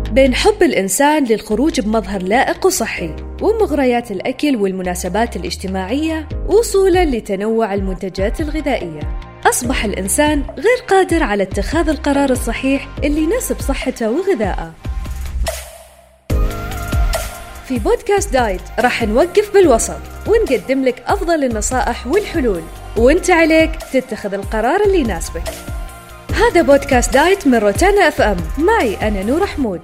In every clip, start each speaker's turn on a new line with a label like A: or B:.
A: بين حب الإنسان للخروج بمظهر لائق وصحي ومغريات الأكل والمناسبات الاجتماعية وصولاً لتنوع المنتجات الغذائية، أصبح الإنسان غير قادر على اتخاذ القرار الصحيح اللي يناسب صحته وغذائه. في بودكاست دايت راح نوقف بالوسط ونقدم لك أفضل النصائح والحلول، وانت عليك تتخذ القرار اللي يناسبك. هذا بودكاست دايت من روتانا FM، معي أنا نور حمود.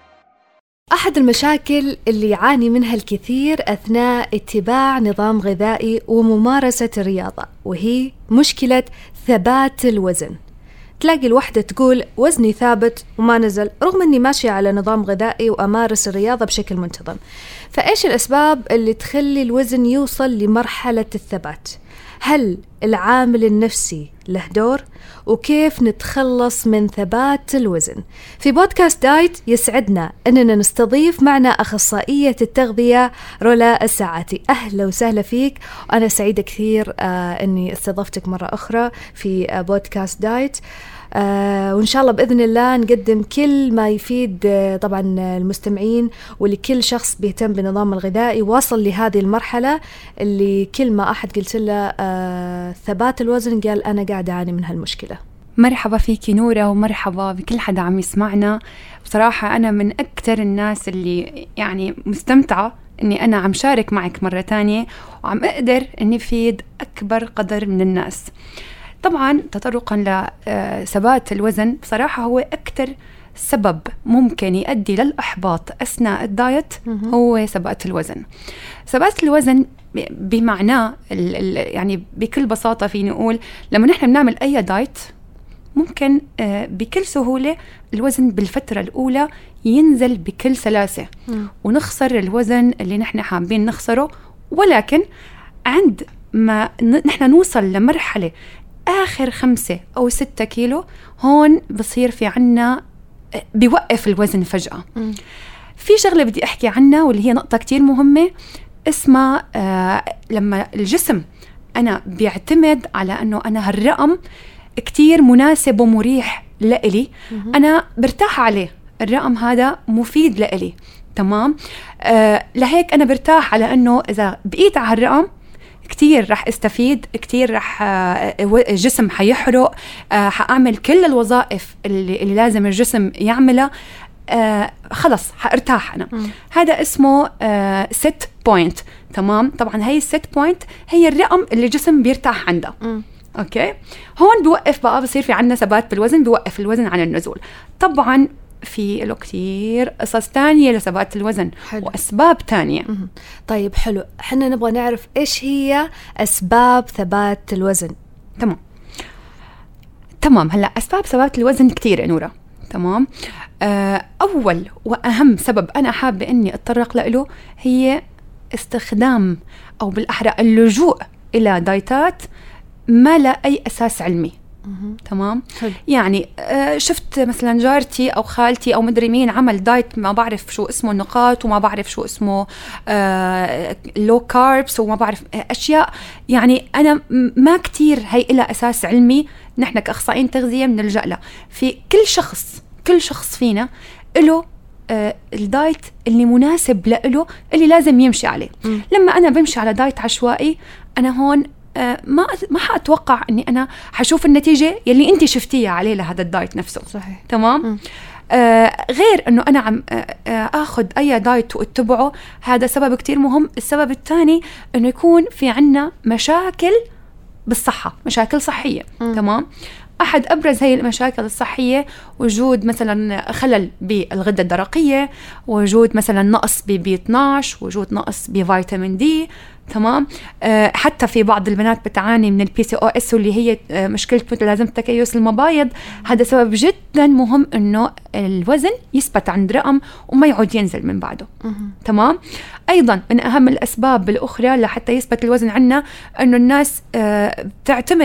A: أحد المشاكل اللي يعاني منها الكثير أثناء اتباع نظام غذائي وممارسة الرياضة وهي مشكلة ثبات الوزن. تلاقي الوحدة تقول وزني ثابت وما نزل رغم أني ماشية على نظام غذائي وأمارس الرياضة بشكل منتظم. فإيش الأسباب اللي تخلي الوزن يوصل لمرحلة الثبات؟ هل العامل النفسي له دور؟ وكيف نتخلص من ثبات الوزن؟ في بودكاست دايت يسعدنا أننا نستضيف معنا أخصائية التغذية رولا الساعاتي. أهلا وسهلا فيك، وأنا سعيدة كثير أني استضفتك مرة أخرى في بودكاست دايت، وإن شاء الله بإذن الله نقدم كل ما يفيد طبعا المستمعين ولكل شخص بيهتم بالنظام الغذائي واصل لهذه المرحلة اللي كل ما أحد قلت له ثبات الوزن قال أنا قاعد أعاني من هالمشكلة.
B: مرحبا فيكي نورة، ومرحبا بكل حدا عم يسمعنا. بصراحة أنا من أكتر الناس اللي يعني مستمتعة أني أنا عم شارك معك مرة تانية وعم أقدر أني فيد أكبر قدر من الناس. طبعا تطرقا لثبات الوزن، بصراحة هو أكتر سبب ممكن يؤدي للإحباط أثناء الدايت هو ثبات الوزن. ثبات الوزن بمعنى يعني بكل بساطة فيني نقول لما نحن بنعمل أي دايت ممكن بكل سهولة الوزن بالفترة الأولى ينزل بكل سلاسة ونخسر الوزن اللي نحن حابين نخسره، ولكن عند ما نحن نوصل لمرحلة آخر 5 أو 6 كيلو هون بصير في عنا بيوقف الوزن فجأة. في شغلة بدي أحكي عنها واللي هي نقطة كتير مهمة اسمها لما الجسم أنا بيعتمد على أنه أنا هالرقم كتير مناسب ومريح لإلي، أنا برتاح عليه، الرقم هذا مفيد لإلي، تمام؟ لهيك أنا برتاح على أنه إذا بقيت على هالرقم كتير رح استفيد، كتير رح الجسم حيحرق، حأعمل كل الوظائف اللي لازم الجسم يعملها، خلص حارتاح أنا. هذا اسمه set point، تمام؟ طبعا هاي الset point هي الرقم اللي الجسم بيرتاح عنده. أوكي، هون بيوقف بقى، بصير في عنا ثبات بالوزن، بيوقف الوزن عن النزول. طبعا في له كتير قصص تانية لثبات الوزن. حلو. وأسباب تانية.
A: طيب حلو، حنا نبغى نعرف إيش هي أسباب ثبات الوزن.
B: تمام. هلأ أسباب ثبات الوزن كتير نورة، تمام؟ أول وأهم سبب أنا حابة أني أتطرق له هي استخدام أو بالأحرى اللجوء إلى دايتات ما لا أي أساس علمي. تمام. حلو. يعني شفت مثلا جارتي أو خالتي أو مدري مين عمل دايت ما بعرف شو اسمه النقاط وما بعرف شو اسمه لو كاربس وما بعرف أشياء، يعني أنا ما كتير هي إلى أساس علمي نحن كأخصائيين تغذية بنلجأ له. في كل شخص فينا له الدايت اللي مناسب له اللي لازم يمشي عليه. لما أنا بمشي على دايت عشوائي أنا هون ما حأتوقع أني أنا حشوف النتيجة يلي أنت شفتيها عليه لهذا الدايت نفسه.
A: صحيح.
B: تمام. غير أنه أنا عم أخذ أي دايت واتبعه، هذا سبب كتير مهم. السبب الثاني أنه يكون في عنا مشاكل بالصحة، مشاكل صحية. تمام. أحد أبرز هي المشاكل الصحية وجود مثلا خلل بالغدة الدرقية، وجود مثلا نقص B12، وجود نقص بفيتامين دي. تمام. حتى في بعض البنات بتعاني من PCOS واللي هي مشكلة لازم تكيس المبايض. هذا سبب جدا مهم انه الوزن يثبت عند رقم وما يعود ينزل من بعده. تمام. ايضا من اهم الاسباب الاخرى لحتى يثبت الوزن عنا انه الناس بتعتمد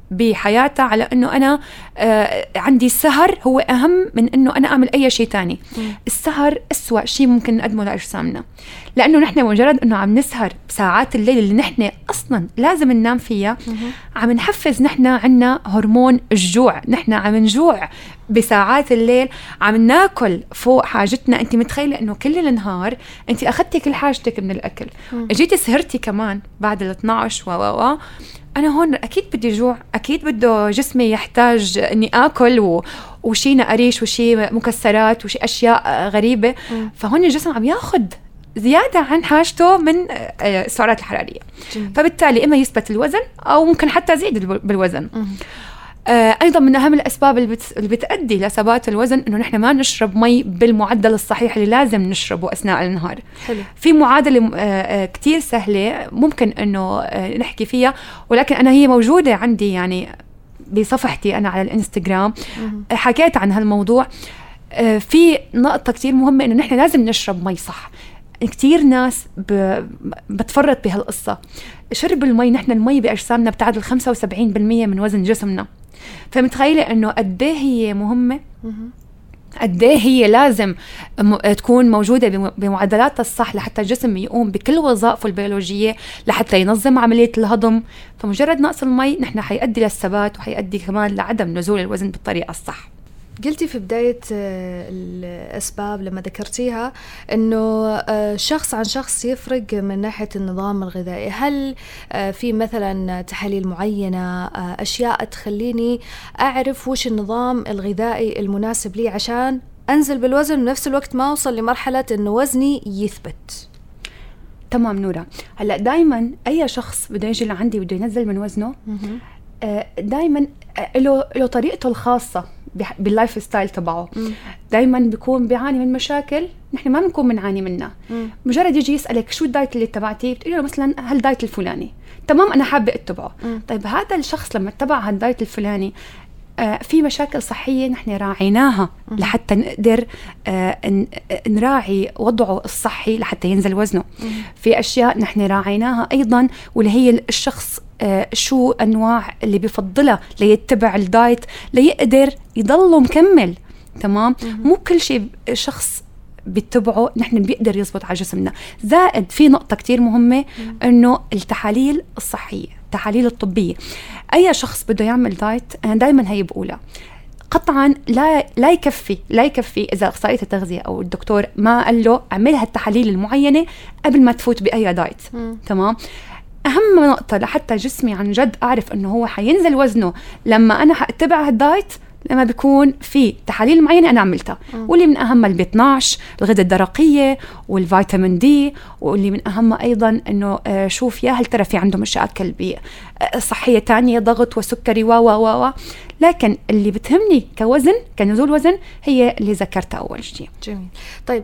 B: بحياتها على انه انا عندي السهر هو اهم من انه انا اعمل اي شيء تاني. السهر اسوأ شيء ممكن نقدمه لاجسامنا، لانه نحن مجرد انه عم نسهر بساعات الليل اللي نحن اصلا لازم ننام فيها، عم نحفز نحن عنا هرمون الجوع، نحن عم نجوع بساعات الليل، عم ناكل فوق حاجتنا. انت متخيله انه كل النهار انت اخذتي كل حاجتك من الاكل، اجيتي سهرتي كمان بعد ال 12 انا هون اكيد بدي جوع، اكيد بده جسمي يحتاج اني اكل وشي نقريش وشي مكسرات وشي اشياء غريبه. فهون الجسم عم ياخذ زياده عن حاجته من السعرات الحراريه، فبالتالي اما يثبت الوزن او ممكن حتى يزيد بالوزن. ايضا من اهم الاسباب اللي بتؤدي لثبات الوزن انه نحن ما نشرب مي بالمعدل الصحيح اللي لازم نشربه اثناء النهار.
C: حلو.
B: في معادله كتير سهله ممكن انه نحكي فيها، ولكن انا هي موجوده عندي يعني بصفحتي انا على الانستغرام، حكيت عن هالموضوع. في نقطه كتير مهمه انه نحن لازم نشرب مي صح. كتير ناس بتفرط بهالقصه. شرب المي، نحن المي باجسامنا بتعادل 75% من وزن جسمنا، فمتخيله انه قد ايه هي مهمه، قد ايه هي لازم تكون موجوده بمعدلاتها الصح لحتى الجسم يقوم بكل وظائفه البيولوجيه، لحتى ينظم عمليه الهضم. فمجرد نقص المي نحن حيؤدي للثبات وحيؤدي كمان لعدم نزول الوزن بالطريقه الصح.
C: قلتي في بداية الأسباب لما ذكرتيها أنه شخص عن شخص يفرق من ناحية النظام الغذائي. هل في مثلا تحاليل معينة، أشياء تخليني أعرف وش النظام الغذائي المناسب لي عشان أنزل بالوزن ونفس الوقت ما أوصل لمرحلة أنه وزني يثبت؟
B: تمام نورا. هلأ دايما أي شخص بده يجي لعندي بده ينزل من وزنه دايما له طريقته الخاصة باللايف ستايل تبعه. دايما بيكون بيعاني من مشاكل نحن ما بنكون بنعاني منها. مجرد يجي يسألك شو الدايت اللي اتبعتيه، بتقولي له مثلا هالدايت الفلاني، تمام أنا حابة اتبعه. طيب هذا الشخص لما اتبع هالدايت الفلاني في مشاكل صحية نحن راعيناها لحتى نقدر نراعي وضعه الصحي لحتى ينزل وزنه. في أشياء نحن راعيناها أيضا، واللي هي الشخص شو أنواع اللي بيفضلها ليتبع الدايت ليقدر يضله مكمل. تمام. مو كل شيء شخص بيتبعه نحن بيقدر يزبط على جسمنا. زائد في نقطة كتير مهمة إنه التحاليل الصحية، التحاليل الطبية. أي شخص بده يعمل دايت أنا دايما هي بقولها قطعا لا يكفي إذا أخصائية التغذية أو الدكتور ما قال له اعمل هالتحاليل المعينة قبل ما تفوت بأي دايت. تمام. أهم نقطة لحتى جسمي عن جد أعرف أنه هو حينزل وزنه لما أنا حأتبع هالدايت، لما بيكون في تحاليل معينة أنا عملتها، واللي من أهمها الB12، الغدة الدرقية، والفيتامين دي، واللي من أهمها أيضا أنه شوف يا هل ترى في عنده مشاكل صحية تانية، ضغط وسكري لكن اللي بتهمني كوزن كنزول وزن هي اللي ذكرتها أول شيء.
C: جميل. طيب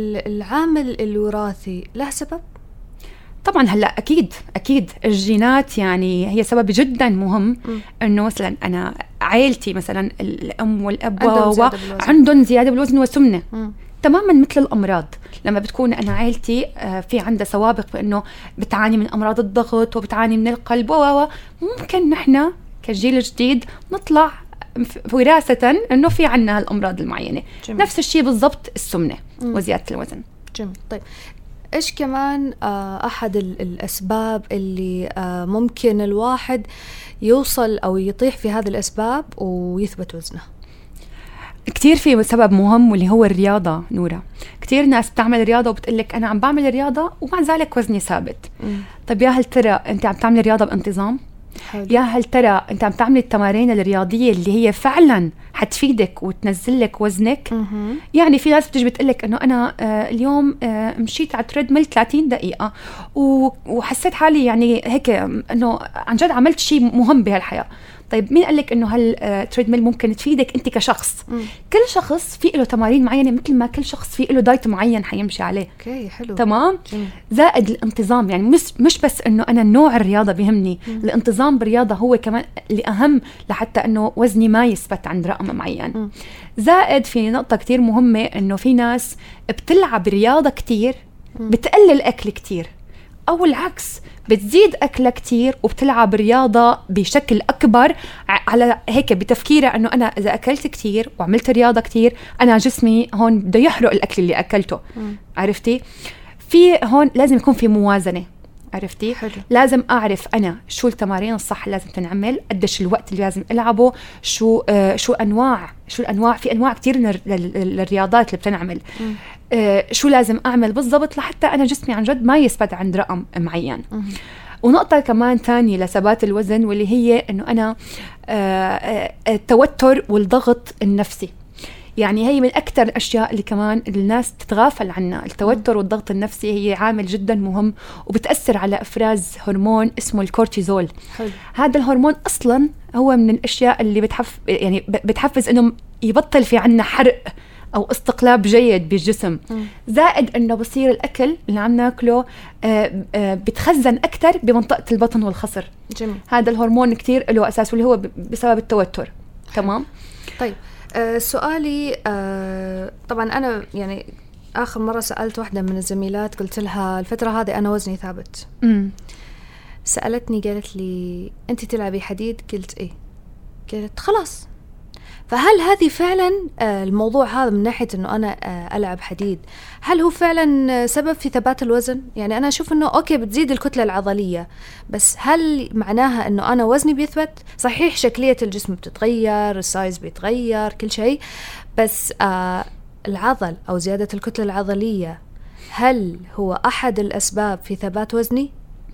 C: العامل الوراثي له سبب؟
B: طبعا هلا اكيد الجينات يعني هي سبب جدا مهم. انه مثلا انا عائلتي مثلا الام والاب عندهم زياده بالوزن وسمنه، تماما مثل الامراض. لما بتكون انا عائلتي في عندها سوابق بانه بتعاني من امراض الضغط وبتعاني من القلب ممكن نحن كجيل الجديد نطلع وراثه انه في عنا هالامراض المعينه. جميل. نفس الشيء بالضبط السمنه وزياده الوزن.
C: جميل. طيب إيش كمان أحد الأسباب اللي ممكن الواحد يوصل أو يطيح في هذه الأسباب ويثبت وزنه؟
B: كتير في سبب مهم واللي هو الرياضة نورا. كتير ناس بتعمل رياضة وبتقلك أنا عم بعمل رياضة ومع ذلك وزني ثابت. طيب يا هل ترى أنت عم تعمل رياضة بانتظام؟ حلو. يا هل ترى أنت عم تعمل التمارين الرياضية اللي هي فعلا حتفيدك وتنزل لك وزنك؟ يعني في ناس بتجي بتقلك أنه أنا اليوم مشيت على تريدميل 30 دقيقة وحسيت حالي يعني هيك أنه عن جد عملت شيء مهم بهالحياة. طيب مين قالك انه هالتريدميل ممكن تفيدك انت كشخص؟ كل شخص في له تمارين معينه مثل ما كل شخص في له دايت معين حيمشي عليه.
C: اوكي حلو.
B: تمام. زائد الانتظام، يعني مش بس انه انا نوع الرياضه بيهمني، الانتظام بالرياضه هو كمان اللي اهم لحتى انه وزني ما يثبت عند رقم معين. زائد في نقطه كتير مهمه انه في ناس بتلعب رياضه كتير بتقلل اكل كتير، أو العكس بتزيد أكلها كتير وبتلعب رياضة بشكل أكبر على هيك بتفكيرها أنه أنا إذا أكلت كتير وعملت رياضة كتير أنا جسمي هون بده يحرق الأكل اللي أكلته. عرفتي؟ في هون لازم يكون في موازنة. عرفتي؟
C: حلو.
B: لازم أعرف أنا شو التمارين الصح اللي لازم تنعمل، قديش الوقت اللي لازم ألعبه، شو الأنواع في أنواع كتير للرياضات اللي بتنعمل. شو لازم أعمل بالضبط لحتى أنا جسمي عن جد ما يثبت عند رقم معين. ونقطة كمان تانية لثبات الوزن واللي هي إنه أنا التوتر والضغط النفسي. يعني هي من أكتر الأشياء اللي كمان الناس تتغافل عنها. التوتر والضغط النفسي هي عامل جدا مهم وبتأثر على إفراز هرمون اسمه الكورتيزول.
C: حلو.
B: هذا الهرمون أصلا هو من الأشياء اللي بتحفز إنه يبطل في عنا حرق أو استقلاب جيد بالجسم. زائد إنه بصير الأكل اللي عم ناكله بتخزن أكتر بمنطقة البطن والخصر.
C: جميل.
B: هذا الهرمون كتير له أساس واللي هو بسبب التوتر. تمام.
C: طيب سؤالي طبعا أنا يعني آخر مرة سألت واحدة من الزميلات قلت لها الفترة هذه أنا وزني ثابت. سألتني قالت لي أنت تلعبي حديد؟ قلت إيه. قالت خلاص. فهل هذه فعلا الموضوع هذا من ناحية أنه أنا ألعب حديد هل هو فعلا سبب في ثبات الوزن؟ يعني أنا أشوف أنه أوكي بتزيد الكتلة العضلية، بس هل معناها أنه أنا وزني بيثبت؟ صحيح شكلية الجسم بتتغير، السايز بيتغير، كل شيء، بس العضل أو زيادة الكتلة العضلية هل هو أحد الأسباب في ثبات وزني؟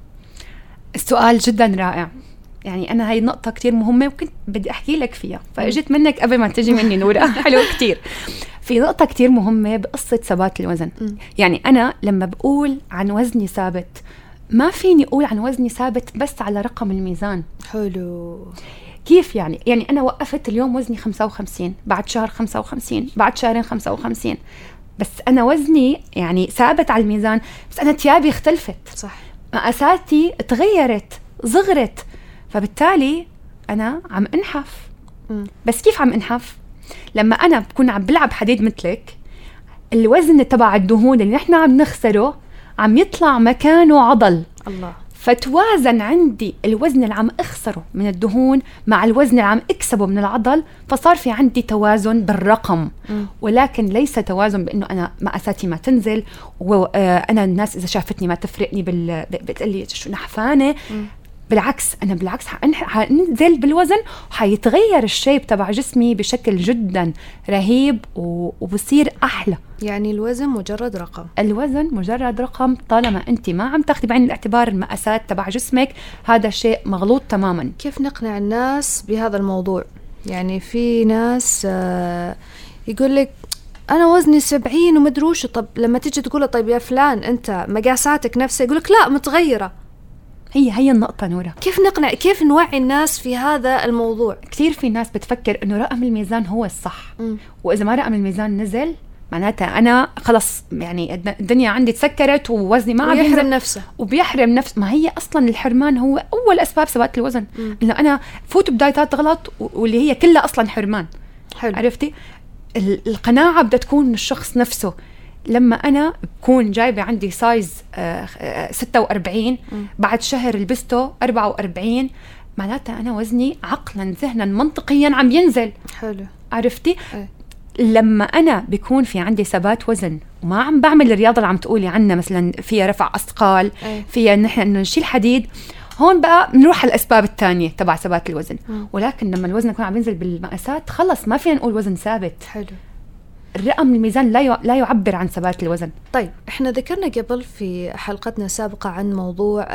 B: السؤال جدا رائع. يعني أنا هاي نقطة كتير مهمة وكنت بدي أحكي لك فيها فأجيت منك قبل ما تجي مني نورة. حلو كتير. في نقطة كتير مهمة بقصة ثبات الوزن. يعني أنا لما بقول عن وزني ثابت ما فيني أقول عن وزني ثابت بس على رقم الميزان.
C: حلو.
B: كيف يعني؟ يعني أنا وقفت اليوم وزني 55، بعد شهر 55، بعد شهرين 55، بس أنا وزني يعني ثابت على الميزان، بس أنا تيابي اختلفت.
C: صح.
B: مقاساتي تغيرت، صغرت، فبالتالي أنا عم انحف. بس كيف عم انحف؟ لما أنا بكون عم بلعب حديد مثلك الوزن تبع الدهون اللي نحن عم نخسره عم يطلع مكانه عضل.
C: الله.
B: فتوازن عندي الوزن اللي عم اخسره من الدهون مع الوزن اللي عم اكسبه من العضل، فصار في عندي توازن بالرقم. ولكن ليس توازن بانه انا مقاساتي ما تنزل وانا الناس اذا شافتني ما تفرقني بتقلي شو نحفانه. بالعكس أنا بالعكس حننزل بالوزن وحيتغير الشيب تبع جسمي بشكل جدا رهيب وبصير أحلى.
C: يعني الوزن مجرد رقم.
B: الوزن مجرد رقم طالما أنت ما عم تاخدي بعين الاعتبار المقاسات تبع جسمك، هذا شيء مغلوط تماما.
C: كيف نقنع الناس بهذا الموضوع؟ يعني في ناس يقول لك أنا وزني 70 ومدروش، طب لما تيجي تقول طيب يا فلان أنت مقاساتك نفسها يقول لك لا متغيرة. هي
B: النقطة نورة.
C: كيف نقنع، كيف نوعي الناس في هذا الموضوع؟
B: كثير في ناس بتفكر إنه رقم الميزان هو الصح. وإذا ما رقم الميزان نزل معناتها أنا خلص يعني الدنيا عندي تسكرت ووزني ما عم
C: يحرم نفسه
B: وبيحرم نفسه. ما هي أصلا الحرمان هو أول أسباب ثبات الوزن. إنه أنا فوت بدايتات غلط واللي هي كلها أصلا حرمان.
C: حلو.
B: عرفتي؟ القناعة بدها تكون من الشخص نفسه. لما أنا بكون جايبة عندي سايز 46 بعد شهر لبسته 44 معناتها أنا وزني عقلا ذهنا منطقيا عم ينزل.
C: حلو.
B: عرفتي؟ لما أنا بيكون في عندي ثبات وزن وما عم بعمل الرياضة اللي عم تقولي عنها مثلا فيها رفع أثقال، فيها نحن نشيل حديد، هون بقى بنروح على الأسباب الثانية تبع ثبات الوزن. ولكن لما الوزن يكون عم ينزل بالمقاسات خلص ما فينا نقول وزن ثابت.
C: حلو.
B: الرقم الميزان لا يعبر عن ثبات الوزن.
C: طيب احنا ذكرنا قبل في حلقتنا السابقة عن موضوع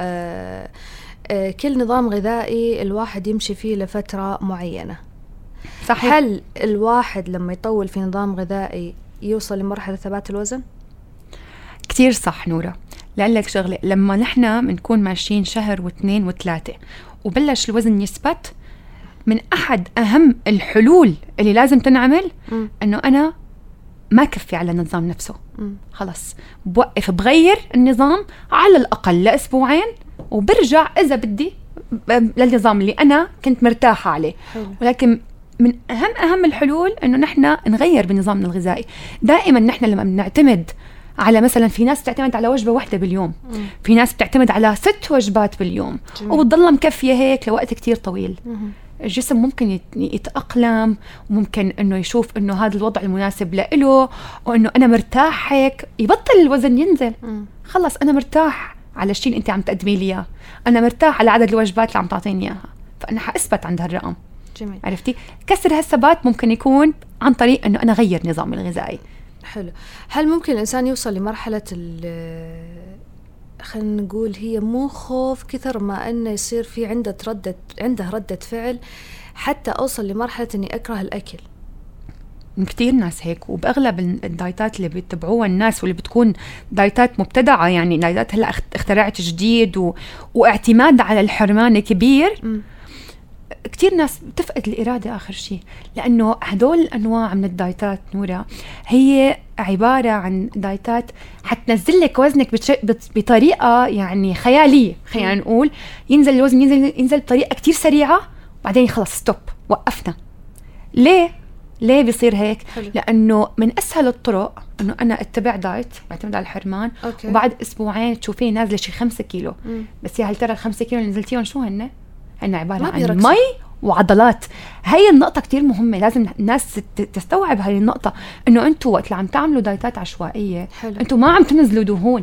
C: كل نظام غذائي الواحد يمشي فيه لفترة معينة.
B: صحيح.
C: هل الواحد لما يطول في نظام غذائي يوصل لمرحلة ثبات الوزن؟
B: كتير صح نورة. لأقول لك شغلة، لما نحن بنكون ماشيين شهر واثنين وثلاثة وبلش الوزن يثبت، من أحد أهم الحلول اللي لازم تنعمل إنه أنا ما كفي على النظام نفسه. خلص بوقف بغير النظام على الأقل لأسبوعين وبرجع إذا بدي للنظام اللي أنا كنت مرتاحة عليه. ولكن من أهم الحلول إنه نحن نغير بنظامنا الغذائي. دائما نحن لما بنعتمد على مثلا في ناس بتعتمد على وجبة واحدة باليوم، في ناس بتعتمد على 6 وجبات باليوم، وبتضلها مكفية هيك لوقت كتير طويل. الجسم ممكن يتأقلم، وممكن انه يشوف انه هذا الوضع المناسب له، وانه انا مرتاح هيك، يبطل الوزن ينزل. خلص انا مرتاح على الشيء اللي انت عم تقدمي لي اياه، انا مرتاح على عدد الوجبات اللي عم تعطيني اياها، فانا حاثبت عند هالرقم.
C: جميل.
B: عرفتي؟ كسر هالثبات ممكن يكون عن طريق انه انا غير نظامي الغذائي.
C: حلو. هل ممكن الانسان يوصل لمرحله خلينا نقول هي مو خوف كثر ما انه يصير في عنده ردة فعل، حتى اوصل لمرحله اني اكره الاكل؟
B: كتير ناس هيك، وبأغلب الدايتات اللي بيتبعوها الناس واللي بتكون دايتات مبتدعة، يعني دايتات هلأ اخترعت جديد واعتماد على الحرمان كبير. كتير ناس بتفقد الإرادة آخر شيء، لأنه هدول الأنواع من الدايتات نورا هي عبارة عن دايتات حتنزل لك وزنك بطريقة يعني خيالية، خلينا نقول ينزل الوزن ينزل بطريقة كتير سريعة، بعدين خلص ستوب، وقفنا. ليه بيصير هيك؟ لأنه من أسهل الطرق أنه أنا اتبع دايت بعتمد على الحرمان، وبعد أسبوعين تشوفيه نازلة شي 5 كيلو. بس يا هل ترى ال5 كيلو اللي نزلتيهم شو هن عبارة عن مي وعضلات. هاي النقطة كتير مهمة، لازم الناس تستوعب هاي النقطة، إنه أنتوا وقت اللي عم تعملوا دايتات عشوائية أنتوا ما عم تنزلوا دهون.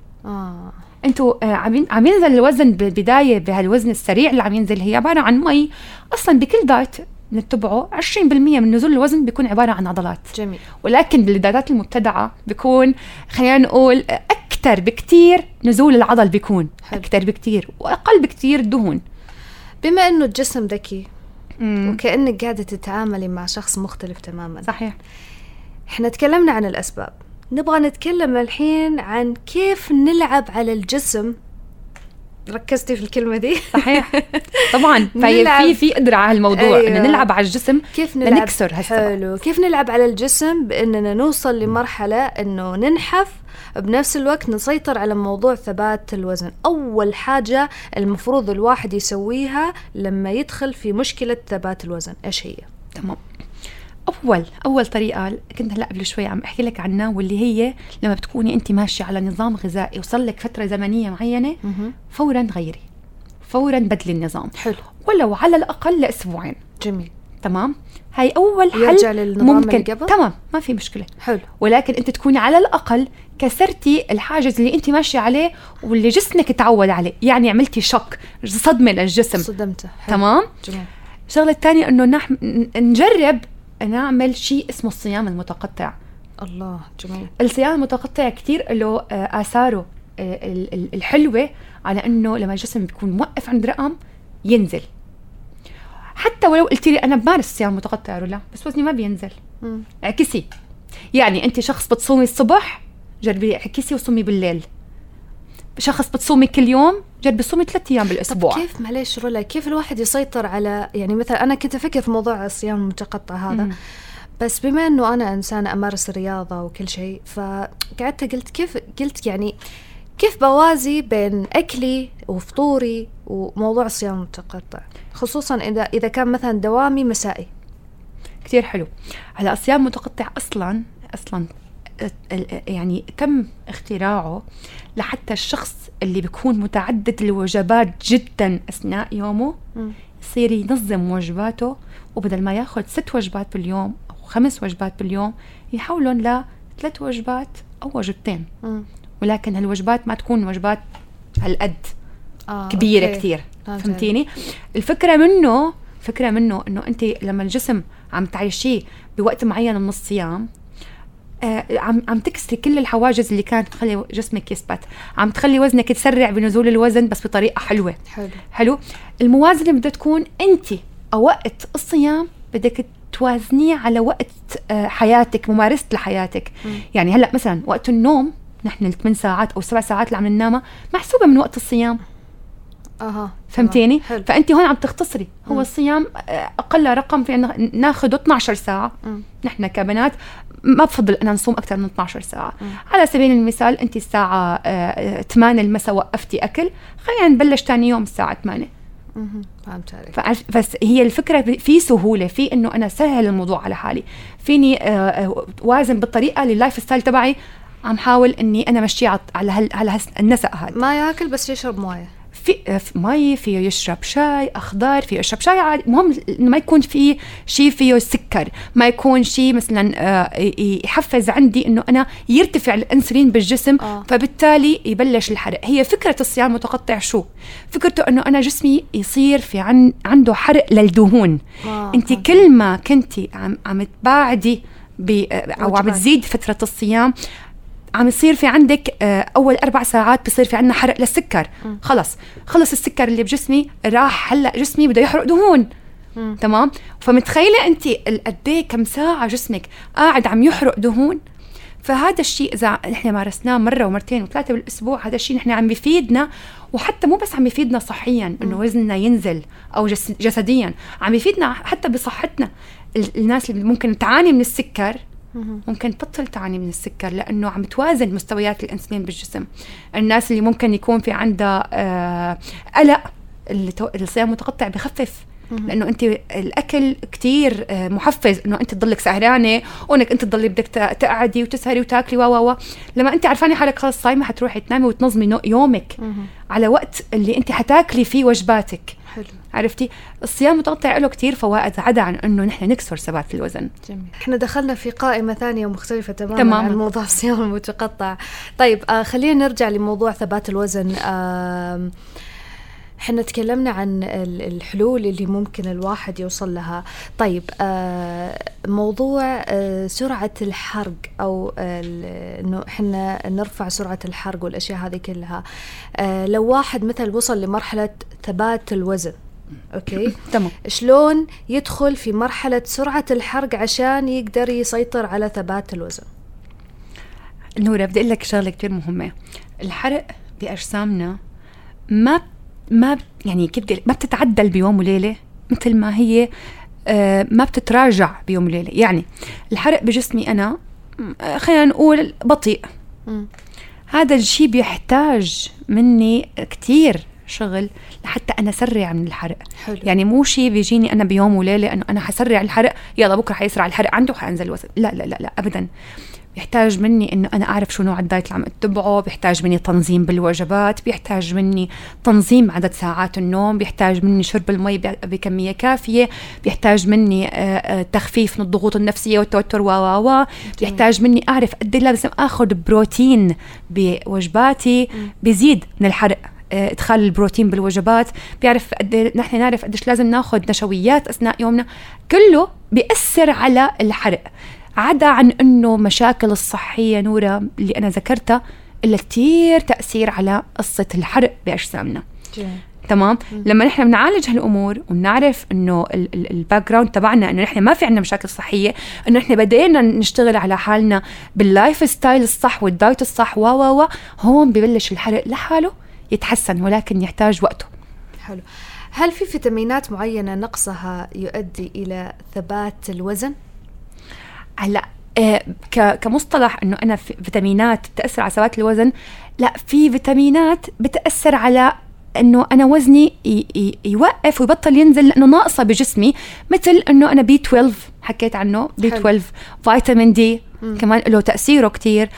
B: أنتوا عم ينزل الوزن بالبداية بهالوزن السريع اللي عم ينزل، هي عبارة عن مي. أصلا بكل دايت نتبعه 20% من نزول الوزن بيكون عبارة عن عضلات.
C: جميل.
B: ولكن بالدايتات المبتدعة بيكون خلينا نقول أكتر بكتير نزول العضل، بيكون أكتر بكتير وأقل بكتير دهون.
C: بما أنه الجسم ذكي وكأنك قاعدة تتعاملي مع شخص مختلف تماما.
B: صحيح.
C: احنا تكلمنا عن الأسباب، نبغى نتكلم الحين عن كيف نلعب على الجسم. ركزتي في الكلمة دي؟
B: صحيح طبعا. في قدرة على الموضوع. أيوة. إن نلعب على الجسم، كيف نكسر
C: حلو. كيف نلعب على الجسم بأننا نوصل لمرحلة أنه ننحف، بنفس الوقت نسيطر على موضوع ثبات الوزن. أول حاجة المفروض الواحد يسويها لما يدخل في مشكلة ثبات الوزن إيش هي؟
B: تمام. أول طريقة كنت هلأ قبل شوي عم أحكي لك عنها، واللي هي لما بتكوني أنت ماشية على نظام غذائي وصل لك فترة زمنية معينة، فورا غيري، فورا بدلي النظام.
C: حلو.
B: ولو على الأقل لأسبوعين.
C: جميل.
B: تمام. هاي أول حل ممكن. تمام، ما في مشكلة.
C: حلو.
B: ولكن أنت تكوني على الأقل كسرتي الحاجز اللي أنت ماشية عليه واللي جسمك تعود عليه، يعني عملتي شوك، صدمة للجسم.
C: صدمته.
B: تمام.
C: جميل.
B: الشغلة الثانية إنه نجرب نعمل شيء اسمه الصيام المتقطع.
C: الله. جميل.
B: الصيام المتقطع كتير له آثاره الحلوة، على إنه لما الجسم بيكون موقف عند رقم ينزل. حتى ولو قلت لي أنا بمارس صيام متقطع ولا بس وزني ما بينزل، اعكسي. يعني أنت شخص بتصومي الصبح، جربي اعكسي وصومي بالليل. شخص بتصومي كل يوم، جربي صومي 3 أيام بالأسبوع.
C: طب كيف معليش رولا، كيف الواحد يسيطر على، يعني مثلا أنا كنت أفكر في موضوع الصيام المتقطع هذا، بس بما أنه أنا إنسانة أمارس الرياضة وكل شيء، فقعدت قلت يعني كيف بوازي بين أكلي وفطوري وموضوع الصيام المتقطع، خصوصا إذا كان مثلا دوامي مسائي.
B: كتير حلو. هلا الصيام المتقطع أصلا يعني تم اختراعه لحتى الشخص اللي بيكون متعدد الوجبات جدا أثناء يومه يصير ينظم وجباته، وبدل ما ياخد 6 وجبات باليوم أو 5 وجبات باليوم يحولون ل3 وجبات أو وجبتين. ولكن هالوجبات ما تكون وجبات هالقد كبيرة. أوكي. كتير. فهمتيني؟ الفكرة منه إنه أنت لما الجسم عم تعيشيه بوقت معين من الصيام، عم تكسري كل الحواجز اللي كانت تخلي جسمك يثبت، عم تخلي وزنك يتسرع بنزول الوزن بس بطريقة حلوة. حلو. الموازنة بدها تكون أنت وقت الصيام بدك توازنيه على وقت حياتك، ممارسة لحياتك. يعني هلأ مثلا وقت النوم نحن 8 ساعات أو 7 ساعات اللي عم ننامها محسوبة من وقت الصيام. فهمتيني؟ فأنت هون عم تختصري. هو الصيام أقل رقم في ناخده 12 ساعة. نحن كبنات ما بفضل أن نصوم أكثر من 12 ساعة. على سبيل المثال أنت الساعة 8 المساء وقفتي أكل، خلينا نبلش تاني يوم الساعة 8.
C: فهمت عليك.
B: بس هي الفكرة في سهولة، في إنه أنا سهل الموضوع على حالي، فيني وازن بالطريقة اللي اللايف ستايل تبعي عم حاول اني انا مشي على النسق هذا.
C: ما ياكل بس يشرب مويه، في
B: مي، فيه يشرب شاي اخضر، فيه يشرب شاي عادي، المهم انه ما يكون فيه شيء فيه سكر، ما يكون شيء مثلا يحفز عندي انه انا يرتفع الانسولين بالجسم فبالتالي يبلش الحرق. هي فكره الصيام المتقطع شو فكرته؟ انه انا جسمي يصير في عنده حرق للدهون. انت كل ما كنتي عم تباعدي او عم تزيد فتره الصيام عم يصير في عندك أول 4 ساعات بصير في عنا حرق للسكر. خلص السكر اللي بجسمي راح، هلأ جسمي بده يحرق دهون. تمام. فمتخيلة أنت قديه كم ساعة جسمك قاعد عم يحرق دهون. فهذا الشيء إذا نحن مارسناه مرة ومرتين وثلاثة بالأسبوع، هذا الشيء نحن عم بيفيدنا، وحتى مو بس عم بيفيدنا صحيا إنه وزننا ينزل أو جسديا، عم بيفيدنا حتى بصحتنا. الناس اللي ممكن تعاني من السكر ممكن تبطل تعاني من السكر لأنه عم توازن مستويات الأنسولين بالجسم. الناس اللي ممكن يكون في عندها قلق، الصيام المتقطع بخفف، لأنه أنت الأكل كتير محفز إنه أنت تضلك سهرانة وإنك أنت تضلي بدك تقعدي وتسهري وتاكلي لما أنت عرفاني حالك خلص صايمة حتروحي تنامي وتنظمي يومك على وقت اللي أنت حتاكلي فيه وجباتك.
C: حلو.
B: عرفتي؟ الصيام المتقطع له كتير فوائد عدا عن انه نحن نكسر ثبات في الوزن.
C: جميل. احنا دخلنا في قائمة ثانية ومختلفة تماما عن موضوع الصيام المتقطع. طيب خلينا نرجع لموضوع ثبات الوزن. احنا تكلمنا عن الحلول اللي ممكن الواحد يوصل لها. طيب موضوع سرعة الحرق أو إنه احنا نرفع سرعة الحرق والأشياء هذه كلها، لو واحد مثل وصل لمرحلة ثبات الوزن، أوكي
B: تمام،
C: شلون يدخل في مرحلة سرعة الحرق عشان يقدر يسيطر على ثبات الوزن؟
B: نورة بدي أقول لك شغلة كتير مهمة. الحرق بأجسامنا ما يعني كيف بدي ما بتتعدل بيوم وليلة، مثل ما هي ما بتتراجع بيوم وليلة. يعني الحرق بجسمي أنا خلينا نقول بطيء، هذا الشيء بيحتاج مني كتير شغل لحتى أنا أسرع من الحرق.
C: حلو.
B: يعني مو شيء بيجيني أنا بيوم وليلة أنه أنا حسرع الحرق يلا بكرة حيسرع الحرق عنده وحأنزل الوزن. لا لا لا لا أبدا. بيحتاج مني إنه أنا أعرف شو نوع الدايت اللي عم أتبعه، بيحتاج مني تنظيم بالوجبات، بيحتاج مني تنظيم عدد ساعات النوم، بيحتاج مني شرب المي بكمية كافية، بيحتاج مني تخفيف من الضغوط النفسية والتوتر بيحتاج مني أعرف قد إيه لازم أخذ بروتين بوجباتي بيزيد من الحرق. ادخال البروتين بالوجبات، بيعرف نحن نعرف قديش لازم ناخذ نشويات أثناء يومنا، كله بيأثر على الحرق. عدا عن أنه مشاكل الصحية نورة اللي أنا ذكرتها إلا كتير تأثير على قصة الحرق بأجسامنا. تمام. لما نحن بنعالج هالأمور ونعرف أنه الباك جراوند تبعنا أنه نحن ما في عنا مشاكل صحية، أنه نحن بدينا نشتغل على حالنا باللايف ستايل الصح والدايت الصح هون ببلش الحرق لحاله يتحسن، ولكن يحتاج وقته.
C: حلو. هل في فيتامينات معينة نقصها يؤدي إلى ثبات الوزن؟
B: هلا كمصطلح انه انا فيتامينات بتاثر على ثبات الوزن، لا، في فيتامينات بتاثر على انه انا وزني يوقف ويبطل ينزل لانه ناقصه بجسمي، مثل انه انا B12 حكيت عنه، B12 فيتامين دي كمان له تاثيره كتير.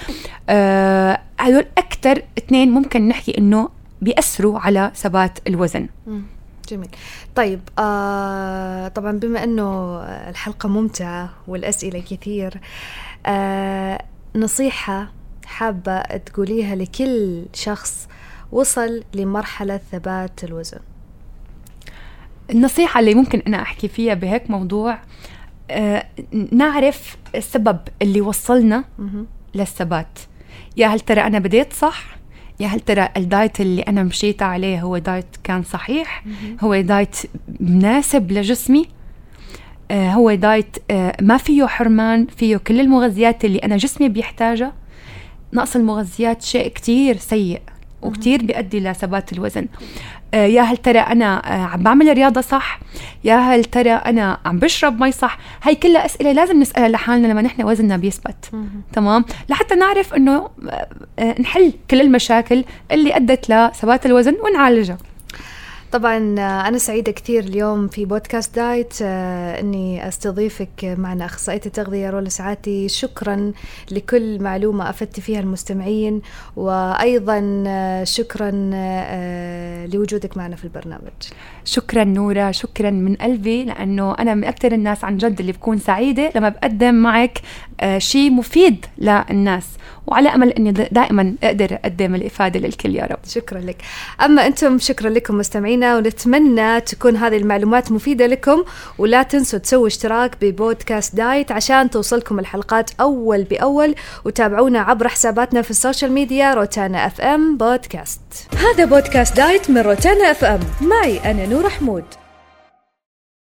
B: هذول اكثر 2 ممكن نحكي انه بيأثروا على ثبات الوزن.
C: جميل. طيب طبعا بما أنه الحلقة ممتعة والأسئلة كثير، نصيحة حابة تقوليها لكل شخص وصل لمرحلة ثبات الوزن؟
B: النصيحة اللي ممكن أنا أحكي فيها بهيك موضوع، نعرف السبب اللي وصلنا للثبات. يا هل ترى أنا بديت صح؟ يا هل ترى الدايت اللي أنا مشيت عليه هو دايت كان صحيح؟ هو دايت مناسب لجسمي؟ هو دايت ما فيه حرمان، فيه كل المغذيات اللي أنا جسمي بيحتاجها؟ نقص المغذيات شيء كتير سيء وكتير بيؤدي لثبات الوزن. يا هل ترى أنا عم بعمل رياضة صح؟ يا هل ترى أنا عم بشرب مي صح؟ هاي كلها أسئلة لازم نسألها لحالنا لما نحن وزننا بيثبت. تمام؟ لحتى نعرف أنه نحل كل المشاكل اللي أدت لثبات الوزن ونعالجها.
C: طبعا أنا سعيدة كثير اليوم في بودكاست دايت أني أستضيفك معنا أخصائية التغذية رولا سعاتي. شكرا لكل معلومة أفدت فيها المستمعين، وأيضا شكرا لوجودك معنا في البرنامج.
B: شكرا نورة، شكرا من قلبي، لأنه أنا من أكثر الناس عن جد اللي بكون سعيدة لما بقدم معك شيء مفيد للناس، وعلى أمل أني دائما أقدر أقدم الإفادة للكل يا رب.
C: شكرا لك. أما أنتم شكرا لكم مستمعينا، ونتمنى تكون هذه المعلومات مفيدة لكم، ولا تنسوا تسووا اشتراك ببودكاست دايت عشان توصلكم الحلقات أول بأول، وتابعونا عبر حساباتنا في السوشيال ميديا روتانا FM بودكاست.
A: هذا بودكاست دايت من روتانا FM، معي أنا نور حمود.